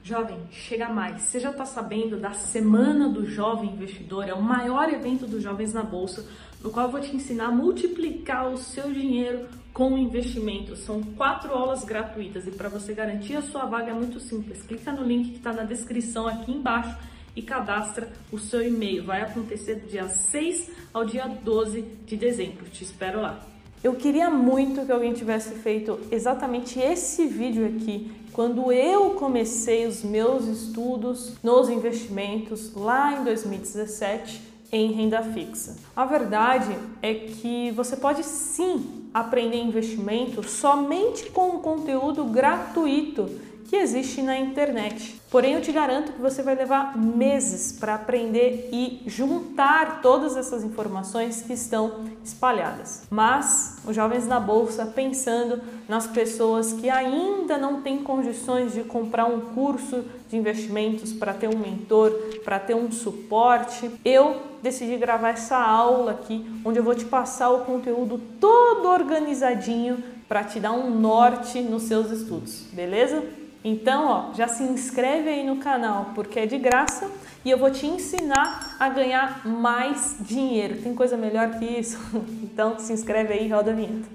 Jovem, chega mais. Você já está sabendo da Semana do Jovem Investidor? É o maior evento dos jovens na Bolsa, no qual eu vou te ensinar a multiplicar o seu dinheiro com investimentos. São 4 aulas gratuitas e para você garantir a sua vaga é muito simples. Clica no link que está na descrição aqui embaixo e cadastra o seu e-mail. Vai acontecer do dia 6 ao dia 12 de dezembro. Te espero lá. Eu queria muito que alguém tivesse feito exatamente esse vídeo aqui quando eu comecei os meus estudos nos investimentos lá em 2017 em renda fixa. A verdade é que você pode sim aprender investimento somente com o conteúdo gratuito que existe na internet. Porém, eu te garanto que você vai levar meses para aprender e juntar todas essas informações que estão espalhadas. Mas os jovens na Bolsa, pensando nas pessoas que ainda não têm condições de comprar um curso de investimentos para ter um mentor, para ter um suporte, eu decidi gravar essa aula aqui, onde eu vou te passar o conteúdo todo organizadinho para te dar um norte nos seus estudos, beleza? Então, já se inscreve aí no canal porque é de graça e eu vou te ensinar a ganhar mais dinheiro. Tem coisa melhor que isso? Então, se inscreve aí e roda a vinheta.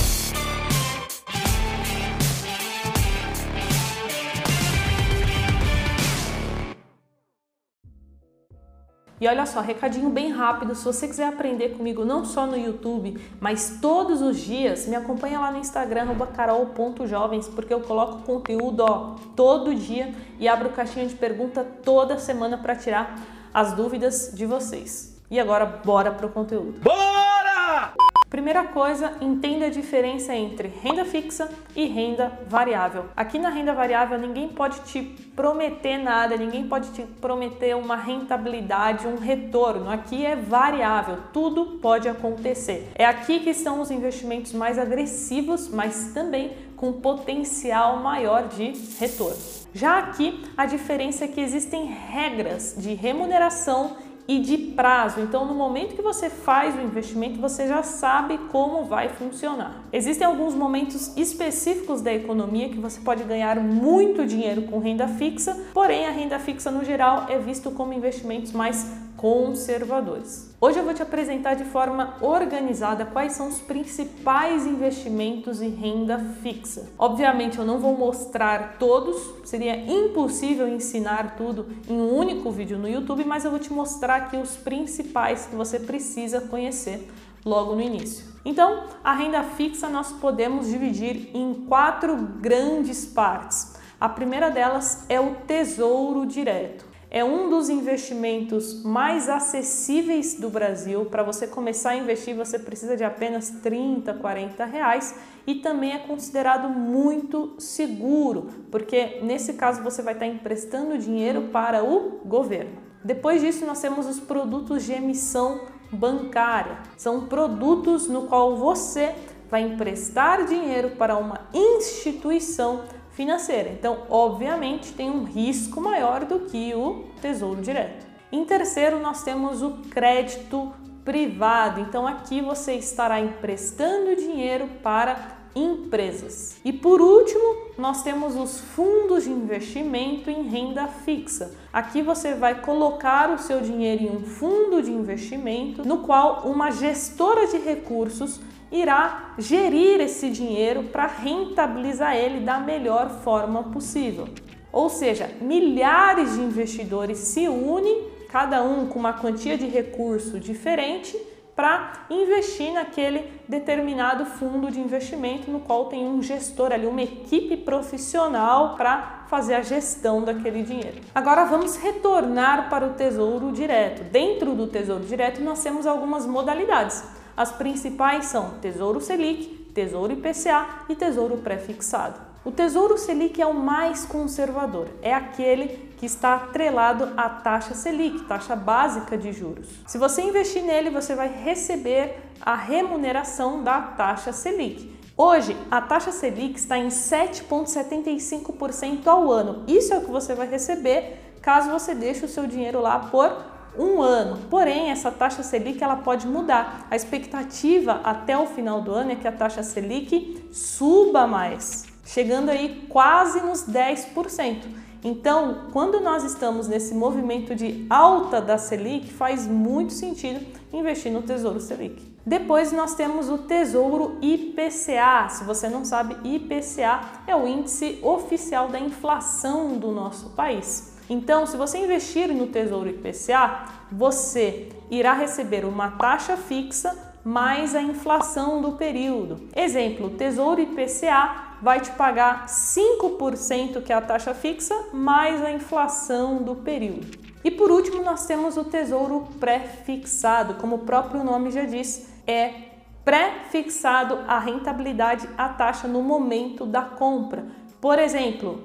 E olha só, recadinho bem rápido, se você quiser aprender comigo não só no YouTube, mas todos os dias, me acompanha lá no Instagram, @carol.jovens, porque eu coloco conteúdo todo dia e abro caixinha de pergunta toda semana para tirar as dúvidas de vocês. E agora, bora pro conteúdo. Bora! Primeira coisa, entenda a diferença entre renda fixa e renda variável. Aqui na renda variável ninguém pode te prometer nada, ninguém pode te prometer uma rentabilidade, um retorno. Aqui é variável, tudo pode acontecer. É aqui que estão os investimentos mais agressivos, mas também com potencial maior de retorno. Já aqui a diferença é que existem regras de remuneração e de prazo. Então, no momento que você faz o investimento, você já sabe como vai funcionar. Existem alguns momentos específicos da economia que você pode ganhar muito dinheiro com renda fixa, porém a renda fixa no geral é visto como investimentos mais conservadores. Hoje eu vou te apresentar de forma organizada quais são os principais investimentos em renda fixa. Obviamente eu não vou mostrar todos, seria impossível ensinar tudo em um único vídeo no YouTube, mas eu vou te mostrar aqui os principais que você precisa conhecer logo no início. Então, a renda fixa nós podemos dividir em 4 grandes partes. A primeira delas é o Tesouro Direto. É um dos investimentos mais acessíveis do Brasil. Para você começar a investir, você precisa de apenas R$30, R$40 e também é considerado muito seguro, porque nesse caso você vai estar emprestando dinheiro para o governo. Depois disso, nós temos os produtos de emissão bancária. São produtos no qual você vai emprestar dinheiro para uma instituição financeira. Então, obviamente, tem um risco maior do que o Tesouro Direto. Em terceiro, nós temos o crédito privado. Então, aqui você estará emprestando dinheiro para empresas. E por último, nós temos os fundos de investimento em renda fixa. Aqui você vai colocar o seu dinheiro em um fundo de investimento, no qual uma gestora de recursos irá gerir esse dinheiro para rentabilizar ele da melhor forma possível. Ou seja, milhares de investidores se unem, cada um com uma quantia de recurso diferente, para investir naquele determinado fundo de investimento no qual tem um gestor ali, uma equipe profissional para fazer a gestão daquele dinheiro. Agora vamos retornar para o Tesouro Direto. Dentro do Tesouro Direto nós temos algumas modalidades. As principais são Tesouro Selic, Tesouro IPCA e Tesouro Pré-fixado. O Tesouro Selic é o mais conservador, é aquele que está atrelado à taxa Selic, taxa básica de juros. Se você investir nele, você vai receber a remuneração da taxa Selic. Hoje, a taxa Selic está em 7,75% ao ano. Isso é o que você vai receber caso você deixe o seu dinheiro lá por um ano. Porém, essa taxa Selic ela pode mudar. A expectativa até o final do ano é que a taxa Selic suba mais, chegando aí quase nos 10%. Então, quando nós estamos nesse movimento de alta da Selic, faz muito sentido investir no Tesouro Selic. Depois nós temos o Tesouro IPCA. Se você não sabe, IPCA é o índice oficial da inflação do nosso país. Então, se você investir no Tesouro IPCA, você irá receber uma taxa fixa mais a inflação do período. Exemplo, o Tesouro IPCA vai te pagar 5%, que é a taxa fixa, mais a inflação do período. E por último, nós temos o Tesouro Pré-fixado. Como o próprio nome já diz, é pré-fixado a rentabilidade, a taxa no momento da compra. Por exemplo,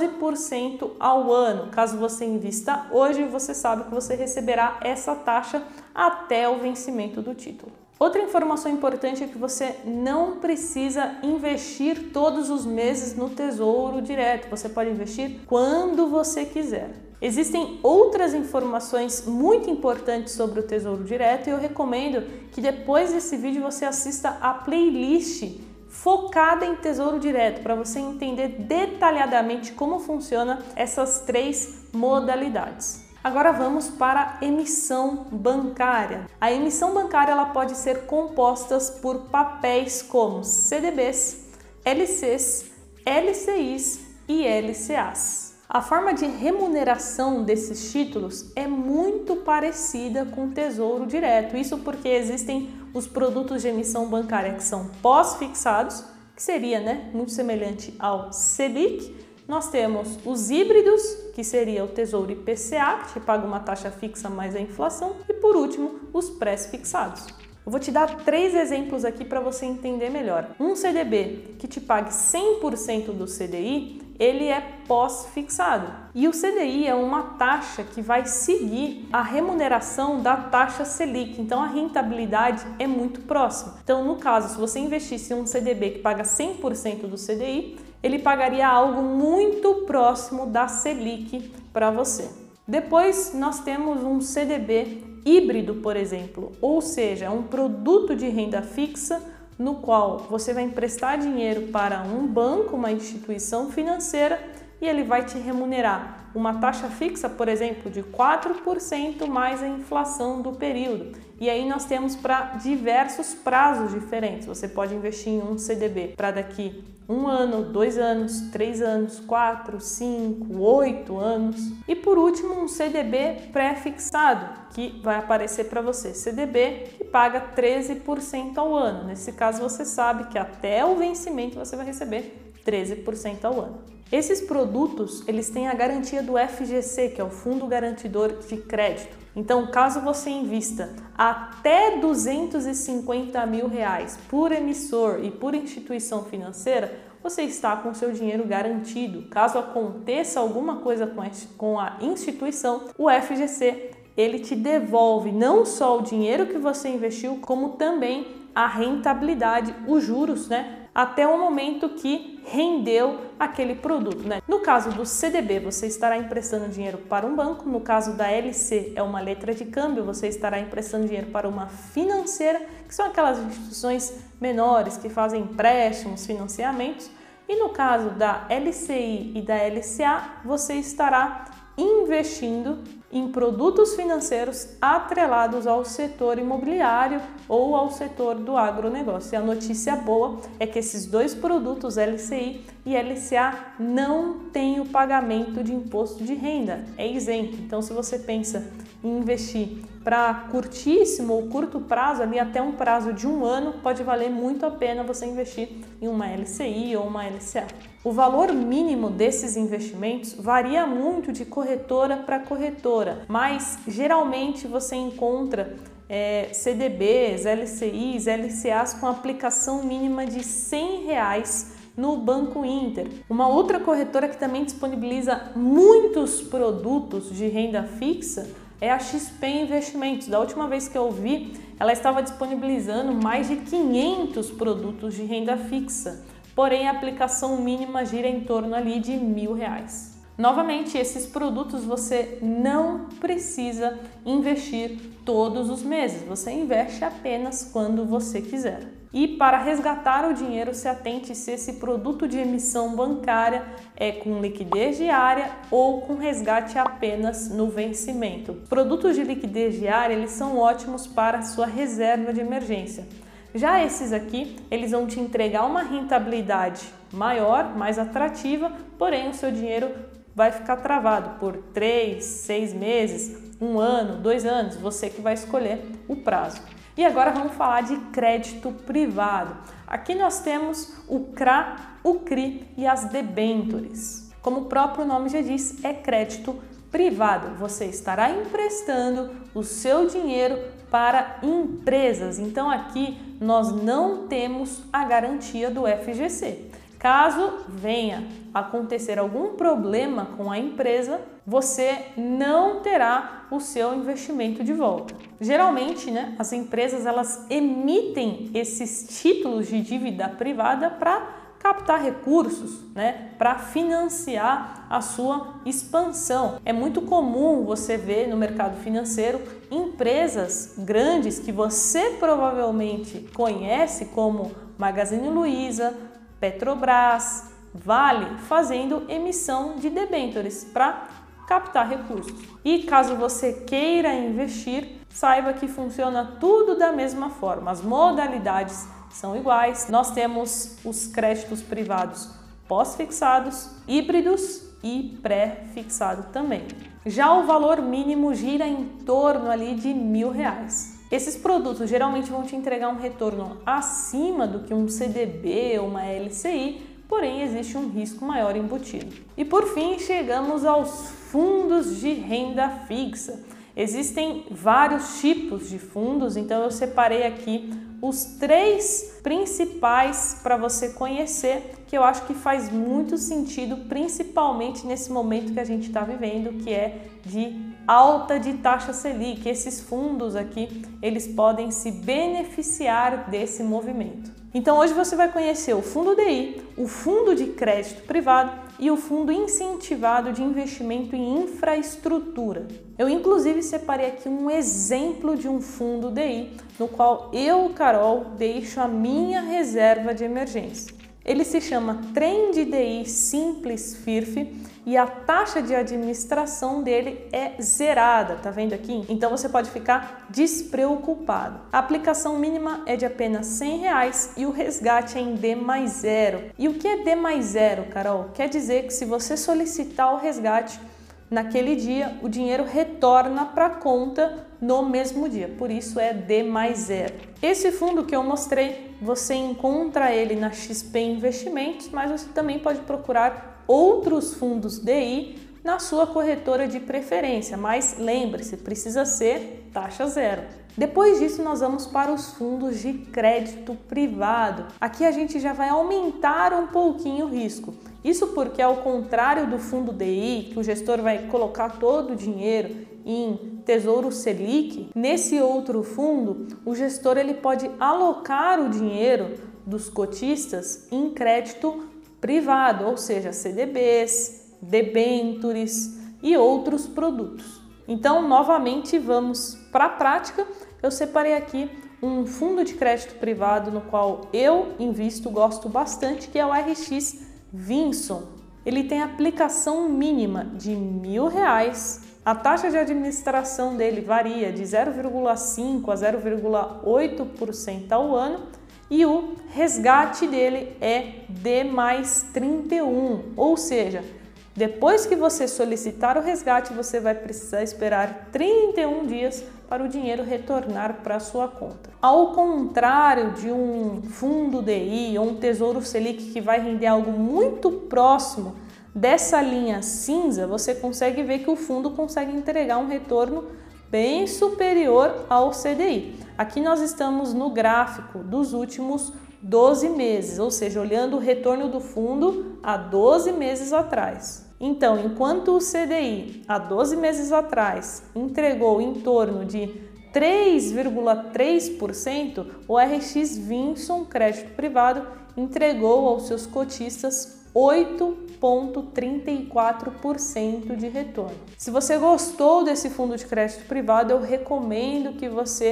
12% ao ano. Caso você invista hoje, você sabe que você receberá essa taxa até o vencimento do título. Outra informação importante é que você não precisa investir todos os meses no Tesouro Direto. Você pode investir quando você quiser. Existem outras informações muito importantes sobre o Tesouro Direto e eu recomendo que depois desse vídeo você assista a playlist focada em Tesouro Direto para você entender detalhadamente como funciona essas três modalidades. Agora vamos para a emissão bancária. A emissão bancária ela pode ser composta por papéis como CDBs, LCs, LCIs e LCAs. A forma de remuneração desses títulos é muito parecida com o Tesouro Direto. Isso porque existem os produtos de emissão bancária que são pós-fixados, que seria, muito semelhante ao Selic. Nós temos os híbridos, que seria o Tesouro IPCA, que te paga uma taxa fixa mais a inflação, e por último, os pré-fixados. Eu vou te dar 3 exemplos aqui para você entender melhor. Um CDB que te pague 100% do CDI, ele é pós-fixado. E o CDI é uma taxa que vai seguir a remuneração da taxa Selic, então a rentabilidade é muito próxima. Então, no caso, se você investisse em um CDB que paga 100% do CDI, ele pagaria algo muito próximo da Selic para você. Depois, nós temos um CDB híbrido, por exemplo, ou seja, um produto de renda fixa no qual você vai emprestar dinheiro para um banco, uma instituição financeira, e ele vai te remunerar uma taxa fixa, por exemplo, de 4% mais a inflação do período. E aí nós temos para diversos prazos diferentes. Você pode investir em um CDB para daqui 1 ano, 2 anos, 3 anos, 4, 5, 8 anos. E por último, um CDB pré-fixado, que vai aparecer para você. CDB que paga 13% ao ano. Nesse caso, você sabe que até o vencimento você vai receber 13% ao ano. Esses produtos, eles têm a garantia do FGC, que é o Fundo Garantidor de Crédito. Então, caso você invista até R$250 mil por emissor e por instituição financeira, você está com seu dinheiro garantido. Caso aconteça alguma coisa com a instituição, o FGC ele te devolve não só o dinheiro que você investiu, como também a rentabilidade, os juros, até o momento que rendeu aquele produto, No caso do CDB, você estará emprestando dinheiro para um banco. No caso da LC, é uma letra de câmbio, você estará emprestando dinheiro para uma financeira, que são aquelas instituições menores que fazem empréstimos, financiamentos. E no caso da LCI e da LCA, você estará investindo em produtos financeiros atrelados ao setor imobiliário ou ao setor do agronegócio. E a notícia boa é que esses 2 produtos, LCI e LCA, não têm o pagamento de imposto de renda, é isento. Então, se você pensa em investir para curtíssimo ou curto prazo, ali até um prazo de 1 ano, pode valer muito a pena você investir em uma LCI ou uma LCA. O valor mínimo desses investimentos varia muito de corretora para corretora, mas geralmente você encontra CDBs, LCIs, LCAs com aplicação mínima de R$100 no Banco Inter. Uma outra corretora que também disponibiliza muitos produtos de renda fixa é a XP Investimentos. Da última vez que eu vi, ela estava disponibilizando mais de 500 produtos de renda fixa. Porém, a aplicação mínima gira em torno ali de R$1.000. Novamente, esses produtos você não precisa investir todos os meses, você investe apenas quando você quiser. E para resgatar o dinheiro, se atente se esse produto de emissão bancária é com liquidez diária ou com resgate apenas no vencimento. Produtos de liquidez diária, eles são ótimos para a sua reserva de emergência. Já esses aqui, eles vão te entregar uma rentabilidade maior, mais atrativa, porém o seu dinheiro vai ficar travado por 3, 6 meses, 1 ano, 2 anos, você que vai escolher o prazo. E agora vamos falar de crédito privado. Aqui nós temos o CRA, o CRI e as debêntures. Como o próprio nome já diz, é crédito privado. Você estará emprestando o seu dinheiro para empresas. Então aqui nós não temos a garantia do FGC. Caso venha acontecer algum problema com a empresa, você não terá o seu investimento de volta. Geralmente, as empresas elas emitem esses títulos de dívida privada para captar recursos, para financiar a sua expansão. É muito comum você ver no mercado financeiro empresas grandes que você provavelmente conhece, como Magazine Luiza, Petrobras, Vale, fazendo emissão de debêntures para captar recursos. E caso você queira investir, saiba que funciona tudo da mesma forma. As modalidades são iguais. Nós temos os créditos privados pós-fixados, híbridos e pré-fixado também. Já o valor mínimo gira em torno ali de R$1.000. Esses produtos geralmente vão te entregar um retorno acima do que um CDB ou uma LCI, porém existe um risco maior embutido. E por fim, chegamos aos fundos de renda fixa. Existem vários tipos de fundos, então eu separei aqui os 3 principais para você conhecer, que eu acho que faz muito sentido, principalmente nesse momento que a gente está vivendo, que é de alta de taxa Selic. Esses fundos aqui, eles podem se beneficiar desse movimento. Então hoje você vai conhecer o fundo DI, o fundo de crédito privado e o fundo incentivado de investimento em infraestrutura. Eu inclusive separei aqui um exemplo de um fundo DI, no qual eu, Carol, deixo a minha reserva de emergência. Ele se chama Trend DI Simples FIRF e a taxa de administração dele é zerada, tá vendo aqui? Então você pode ficar despreocupado. A aplicação mínima é de apenas R$100 e o resgate é em D+0. E o que é D+0, Carol? Quer dizer que se você solicitar o resgate naquele dia, o dinheiro retorna para a conta no mesmo dia, por isso é D+0. Esse fundo que eu mostrei, você encontra ele na XP Investimentos, mas você também pode procurar outros fundos DI na sua corretora de preferência, mas lembre-se, precisa ser taxa zero. Depois disso, nós vamos para os fundos de crédito privado. Aqui a gente já vai aumentar um pouquinho o risco. Isso porque, ao contrário do fundo DI, que o gestor vai colocar todo o dinheiro em Tesouro Selic, nesse outro fundo, o gestor ele pode alocar o dinheiro dos cotistas em crédito privado, ou seja, CDBs, debêntures e outros produtos. Então, novamente, vamos para a prática. Eu separei aqui um fundo de crédito privado no qual eu invisto, gosto bastante, que é o RX Vinson. Ele tem aplicação mínima de R$1.000. A taxa de administração dele varia de 0,5% a 0,8% ao ano e o resgate dele é D+31, ou seja, depois que você solicitar o resgate, você vai precisar esperar 31 dias para o dinheiro retornar para a sua conta. Ao contrário de um fundo DI ou um Tesouro Selic que vai render algo muito próximo dessa linha cinza, você consegue ver que o fundo consegue entregar um retorno bem superior ao CDI. Aqui nós estamos no gráfico dos últimos 12 meses, ou seja, olhando o retorno do fundo há 12 meses atrás. Então, enquanto o CDI há 12 meses atrás entregou em torno de 3,3%, o RX Vinson Crédito Privado entregou aos seus cotistas 8,34% de retorno. Se você gostou desse fundo de crédito privado, eu recomendo que você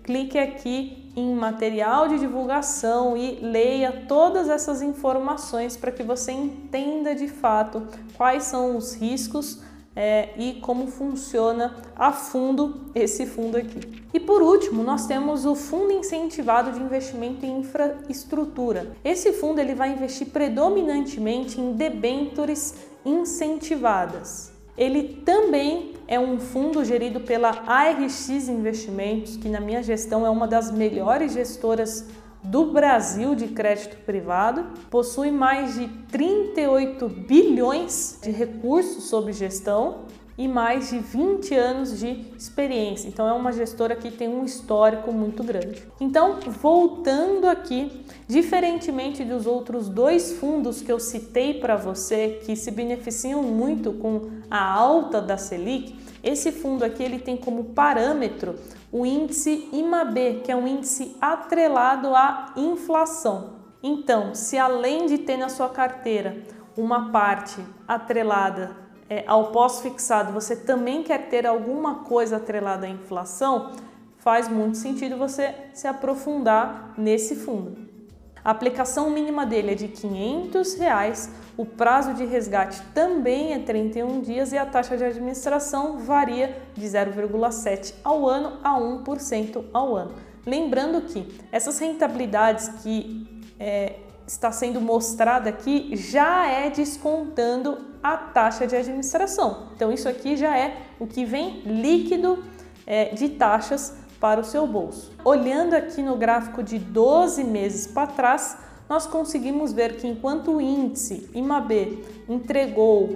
clique aqui em material de divulgação e leia todas essas informações para que você entenda de fato quais são os riscos e como funciona a fundo esse fundo aqui. E por último, nós temos o Fundo Incentivado de Investimento em Infraestrutura. Esse fundo ele vai investir predominantemente em debêntures incentivadas. Ele também é um fundo gerido pela ARX Investimentos, que na minha gestão é uma das melhores gestoras do Brasil de crédito privado, possui mais de 38 bilhões de recursos sob gestão e mais de 20 anos de experiência. Então é uma gestora que tem um histórico muito grande. Então, voltando aqui, diferentemente dos outros dois fundos que eu citei para você, que se beneficiam muito com a alta da Selic, esse fundo aqui ele tem como parâmetro o índice IMAB, que é um índice atrelado à inflação. Então, se além de ter na sua carteira uma parte atrelada ao pós-fixado, você também quer ter alguma coisa atrelada à inflação, faz muito sentido você se aprofundar nesse fundo. A aplicação mínima dele é de R$ 500, o prazo de resgate também é 31 dias e a taxa de administração varia de 0,7% ao ano a 1% ao ano. Lembrando que essas rentabilidades que está sendo mostrada aqui já é descontando a taxa de administração. Então isso aqui já é o que vem líquido de taxas para o seu bolso. Olhando aqui no gráfico de 12 meses para trás, nós conseguimos ver que enquanto o índice IMAB entregou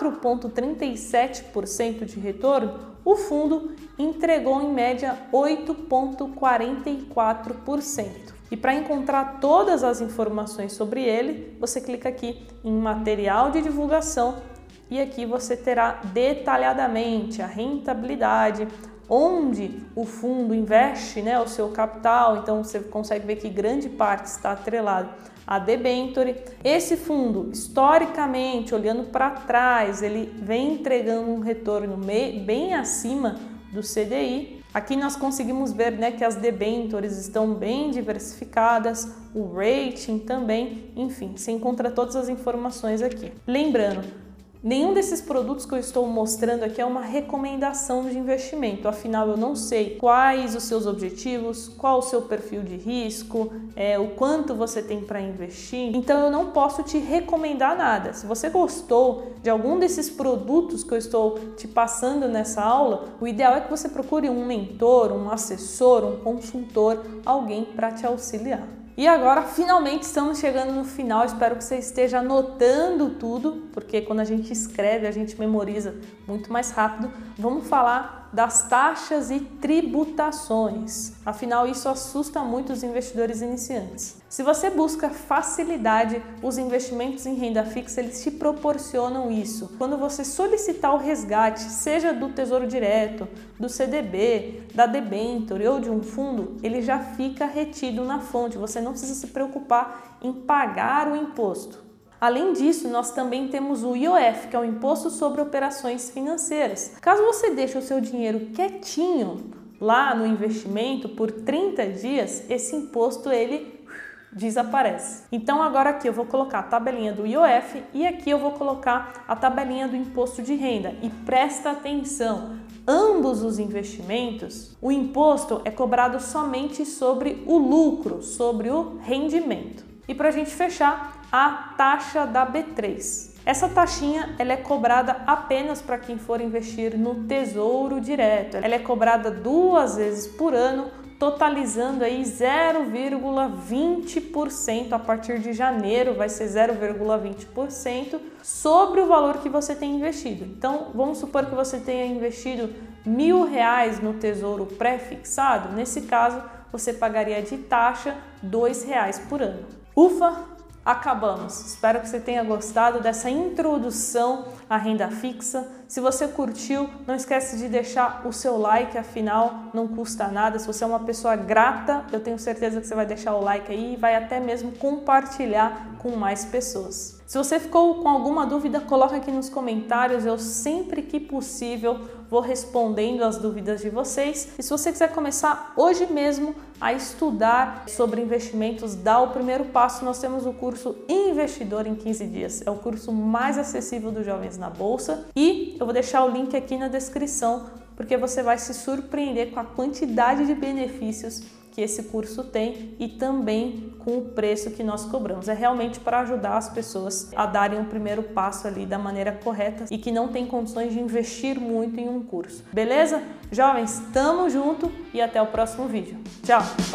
4,37% de retorno, o fundo entregou em média 8,44%. E para encontrar todas as informações sobre ele, você clica aqui em material de divulgação e aqui você terá detalhadamente a rentabilidade, onde o fundo investe o seu capital. Então você consegue ver que grande parte está atrelado a debenture. Esse fundo, historicamente, olhando para trás, ele vem entregando um retorno bem acima do CDI. Aqui nós conseguimos ver que as debentures estão bem diversificadas, o rating também, enfim, você encontra todas as informações aqui. Lembrando, nenhum desses produtos que eu estou mostrando aqui é uma recomendação de investimento, afinal eu não sei quais os seus objetivos, qual o seu perfil de risco, o quanto você tem para investir, então eu não posso te recomendar nada. Se você gostou de algum desses produtos que eu estou te passando nessa aula, o ideal é que você procure um mentor, um assessor, um consultor, alguém para te auxiliar. E agora, finalmente, estamos chegando no final. Espero que você esteja anotando tudo, porque quando a gente escreve, a gente memoriza muito mais rápido. Vamos falar das taxas e tributações. Afinal, isso assusta muito os investidores iniciantes. Se você busca facilidade, os investimentos em renda fixa, eles te proporcionam isso. Quando você solicitar o resgate, seja do Tesouro Direto, do CDB, da debenture ou de um fundo, ele já fica retido na fonte. Você não precisa se preocupar em pagar o imposto. Além disso, nós também temos o IOF, que é o Imposto sobre Operações Financeiras. Caso você deixe o seu dinheiro quietinho lá no investimento por 30 dias, esse imposto ele desaparece. Então agora aqui eu vou colocar a tabelinha do IOF e aqui eu vou colocar a tabelinha do imposto de renda. E presta atenção, ambos os investimentos, o imposto é cobrado somente sobre o lucro, sobre o rendimento. E para a gente fechar, a taxa da B3. Essa taxinha ela é cobrada apenas para quem for investir no Tesouro Direto. Ela é cobrada 2 vezes por ano, totalizando aí 0,20%. A partir de janeiro vai ser 0,20% sobre o valor que você tem investido. Então vamos supor que você tenha investido R$1.000 no Tesouro pré-fixado. Nesse caso você pagaria de taxa R$2 por ano. Ufa! Acabamos. Espero que você tenha gostado dessa introdução a renda fixa. Se você curtiu, não esquece de deixar o seu like, afinal não custa nada. Se você é uma pessoa grata, eu tenho certeza que você vai deixar o like aí e vai até mesmo compartilhar com mais pessoas. Se você ficou com alguma dúvida, coloca aqui nos comentários, eu sempre que possível vou respondendo as dúvidas de vocês. E se você quiser começar hoje mesmo a estudar sobre investimentos, dá o primeiro passo, nós temos o curso Investidor em 15 dias. É o curso mais acessível dos jovens na bolsa e eu vou deixar o link aqui na descrição, porque você vai se surpreender com a quantidade de benefícios que esse curso tem e também com o preço que nós cobramos. É realmente para ajudar as pessoas a darem o primeiro passo ali da maneira correta e que não tem condições de investir muito em um curso. Beleza? Jovens, tamo junto e até o próximo vídeo. Tchau!